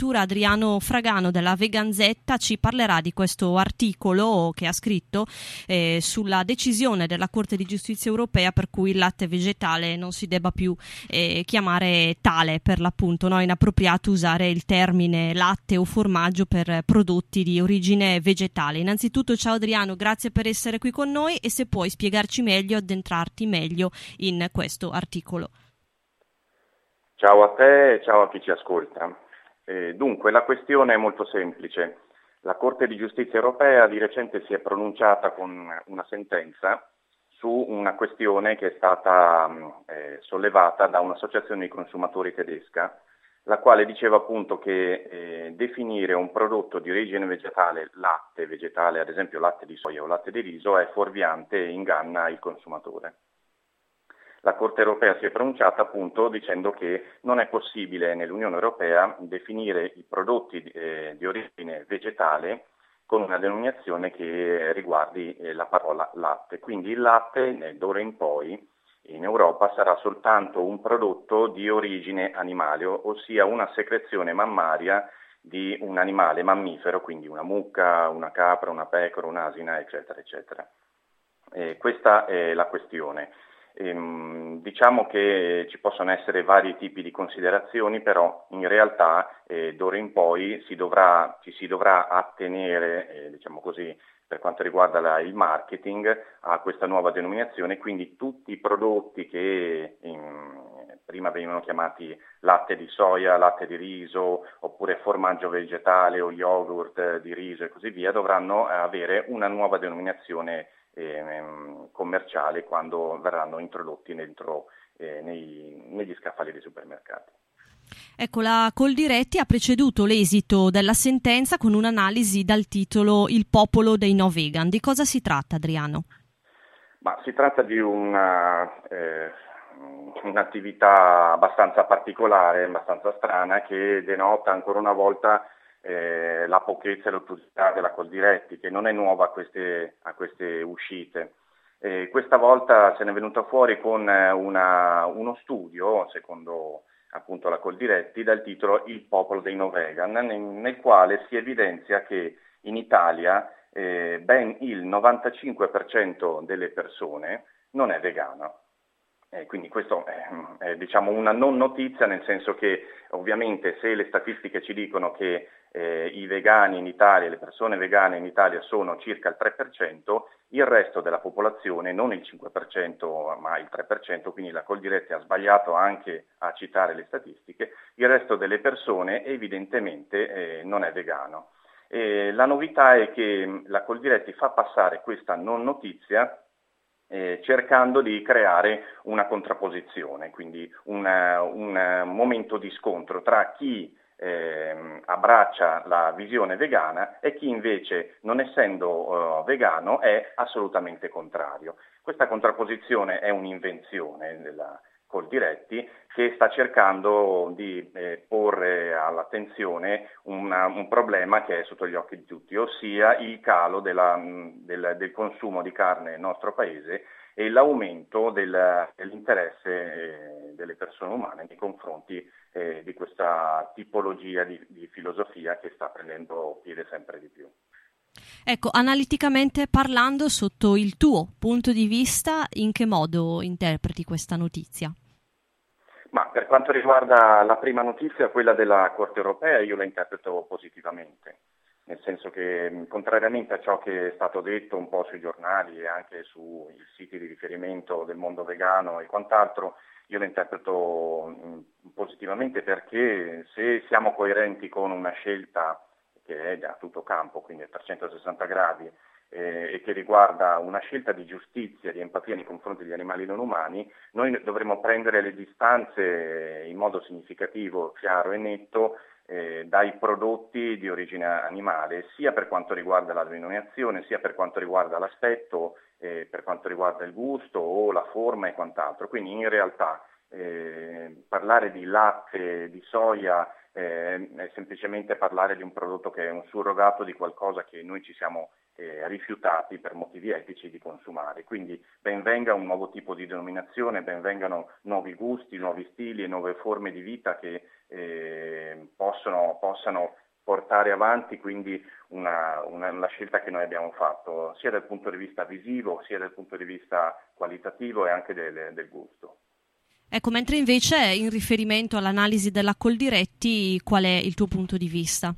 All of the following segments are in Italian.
lettura Adriano Fragano della Veganzetta ci parlerà di questo articolo che ha scritto sulla decisione della Corte di Giustizia europea per cui il latte vegetale non si debba più chiamare tale, per l'appunto, no? È inappropriato usare il termine latte o formaggio per prodotti di origine vegetale. Innanzitutto ciao Adriano, grazie per essere qui con noi e se puoi spiegarci meglio, addentrarti meglio in questo articolo. Ciao a te e ciao a chi ci ascolta. Dunque, la questione è molto semplice. La Corte di Giustizia europea di recente si è pronunciata con una sentenza su una questione che è stata sollevata da un'associazione di consumatori tedesca, la quale diceva appunto che definire un prodotto di origine vegetale, latte vegetale, ad esempio latte di soia o latte di riso, è fuorviante e inganna il consumatore. La Corte europea si è pronunciata appunto dicendo che non è possibile nell'Unione Europea definire i prodotti di origine vegetale con una denominazione che riguardi la parola latte. Quindi il latte d'ora in poi in Europa sarà soltanto un prodotto di origine animale, ossia una secrezione mammaria di un animale mammifero, quindi una mucca, una capra, una pecora, un'asina, eccetera, eccetera. Questa è la questione. Diciamo che ci possono essere vari tipi di considerazioni, però in realtà d'ora in poi ci si dovrà attenere, diciamo così, per quanto riguarda il marketing, a questa nuova denominazione, quindi tutti i prodotti che prima venivano chiamati latte di soia, latte di riso, oppure formaggio vegetale o yogurt di riso e così via, dovranno avere una nuova denominazione commerciale quando verranno introdotti negli scaffali dei supermercati. Ecco, la Coldiretti ha preceduto l'esito della sentenza con un'analisi dal titolo Il popolo dei no vegan. Di cosa si tratta, Adriano? Ma si tratta di un'attività abbastanza particolare, abbastanza strana, che denota ancora una volta la pochezza e l'opportunità della Coldiretti, che non è nuova a queste uscite. Questa volta se ne è venuta fuori con uno studio, secondo appunto la Coldiretti, dal titolo Il popolo dei no vegan, nel quale si evidenzia che in Italia ben il 95% delle persone non è vegano. Quindi questo è diciamo una non notizia, nel senso che ovviamente se le statistiche ci dicono che i vegani in Italia, le persone vegane in Italia sono circa il 3%, il resto della popolazione, non il 5% ma il 3%, quindi la Coldiretti ha sbagliato anche a citare le statistiche, il resto delle persone evidentemente non è vegano. La novità è che la Coldiretti fa passare questa non notizia cercando di creare una contrapposizione, quindi un momento di scontro tra chi abbraccia la visione vegana e chi invece, non essendo vegano, è assolutamente contrario. Questa contrapposizione è un'invenzione della Coldiretti che sta cercando di porre all'attenzione un problema che è sotto gli occhi di tutti, ossia il calo del consumo di carne nel nostro paese e l'aumento dell'interesse delle persone umane nei confronti di questa tipologia di filosofia che sta prendendo piede sempre di più. Ecco, analiticamente parlando, sotto il tuo punto di vista, in che modo interpreti questa notizia? Ma per quanto riguarda la prima notizia, quella della Corte europea, io la interpreto positivamente, nel senso che contrariamente a ciò che è stato detto un po' sui giornali e anche sui siti di riferimento del mondo vegano e quant'altro, io la interpreto positivamente perché se siamo coerenti con una scelta che è a tutto campo, quindi a 360 gradi, e che riguarda una scelta di giustizia, di empatia nei confronti degli animali non umani, noi dovremmo prendere le distanze in modo significativo, chiaro e netto dai prodotti di origine animale, sia per quanto riguarda la denominazione, sia per quanto riguarda l'aspetto, per quanto riguarda il gusto o la forma e quant'altro. Quindi in realtà parlare di latte, di soia, è semplicemente parlare di un prodotto che è un surrogato di qualcosa che noi ci siamo rifiutati per motivi etici di consumare. Quindi ben venga un nuovo tipo di denominazione, ben vengano nuovi gusti, nuovi stili e nuove forme di vita che possano portare avanti quindi una scelta che noi abbiamo fatto, sia dal punto di vista visivo, sia dal punto di vista qualitativo e anche del gusto. Ecco, mentre invece in riferimento all'analisi della Coldiretti, qual è il tuo punto di vista?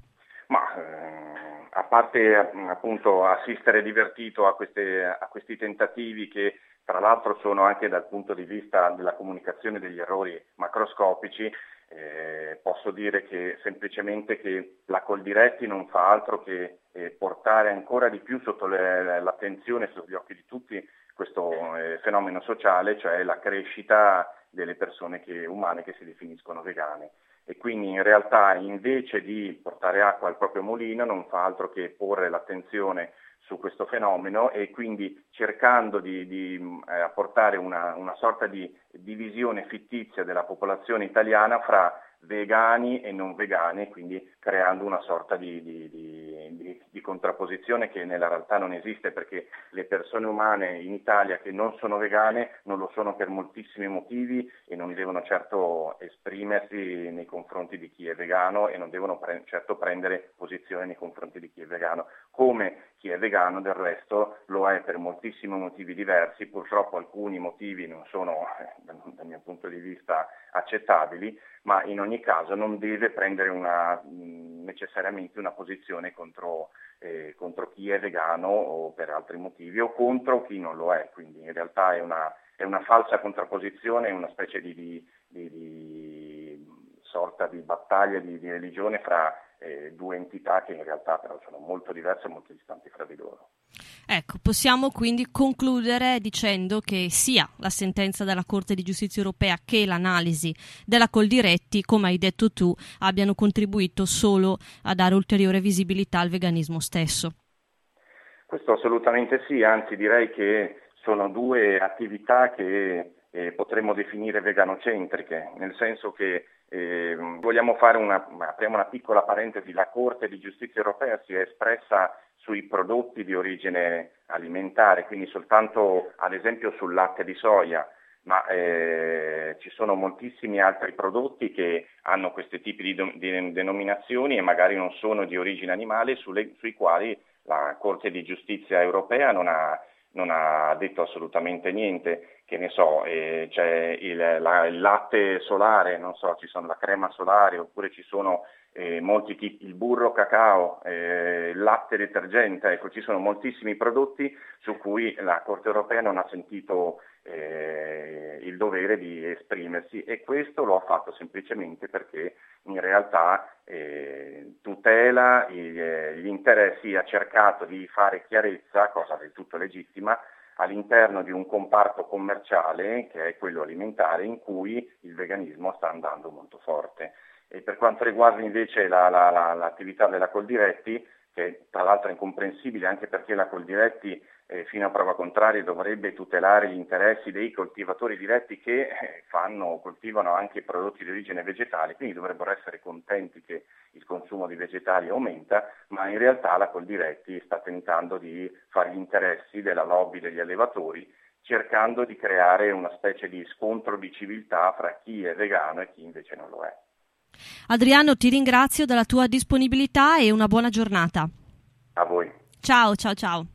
A parte appunto assistere divertito a questi tentativi che tra l'altro sono anche dal punto di vista della comunicazione degli errori macroscopici, posso dire che semplicemente che la Coldiretti non fa altro che portare ancora di più sotto l'attenzione, sugli occhi di tutti, questo fenomeno sociale, cioè la crescita delle persone umane che si definiscono vegane. E quindi in realtà invece di portare acqua al proprio mulino non fa altro che porre l'attenzione su questo fenomeno e quindi cercando di apportare una sorta di divisione fittizia della popolazione italiana fra vegani e non vegani, quindi creando una sorta di contrapposizione che nella realtà non esiste, perché le persone umane in Italia che non sono vegane non lo sono per moltissimi motivi e non devono certo esprimersi nei confronti di chi è vegano e non devono certo prendere posizione nei confronti di chi è vegano, come chi è vegano del resto lo è per moltissimi motivi diversi. Purtroppo alcuni motivi non sono dal mio punto di vista accettabili, ma in ogni caso non deve prendere necessariamente una posizione contro chi è vegano o per altri motivi o contro chi non lo è. Quindi in realtà è una falsa contrapposizione, una specie di sorta di battaglia di religione fra due entità che in realtà però sono molto diverse e molto distanti fra di loro. Ecco, possiamo quindi concludere dicendo che sia la sentenza della Corte di Giustizia Europea che l'analisi della Coldiretti, come hai detto tu, abbiano contribuito solo a dare ulteriore visibilità al veganismo stesso. Questo assolutamente sì, anzi direi che sono due attività che potremmo definire veganocentriche, nel senso che vogliamo apriamo una piccola parentesi, la Corte di Giustizia Europea si è espressa sui prodotti di origine alimentare, quindi soltanto ad esempio sul latte di soia, ma ci sono moltissimi altri prodotti che hanno questi tipi di denominazioni e magari non sono di origine animale, sui quali la Corte di Giustizia Europea non ha detto assolutamente niente. Che ne so, c'è il latte solare, non so, ci sono la crema solare, oppure ci sono molti tipi, il burro cacao, il latte detergente, ecco, ci sono moltissimi prodotti su cui la Corte europea non ha sentito il dovere di esprimersi, e questo lo ha fatto semplicemente perché in realtà tutela gli interessi, ha cercato di fare chiarezza, cosa del tutto legittima, all'interno di un comparto commerciale che è quello alimentare, in cui il veganismo sta andando molto forte. E per quanto riguarda invece l'attività della Coldiretti, che tra l'altro è incomprensibile anche perché la Coldiretti fino a prova contraria dovrebbe tutelare gli interessi dei coltivatori diretti che coltivano anche prodotti di origine vegetale, quindi dovrebbero essere contenti che il consumo di vegetali aumenta, ma in realtà la Coldiretti sta tentando di fare gli interessi della lobby degli allevatori, cercando di creare una specie di scontro di civiltà fra chi è vegano e chi invece non lo è. Adriano, ti ringrazio della tua disponibilità e una buona giornata. A voi. Ciao, ciao, ciao.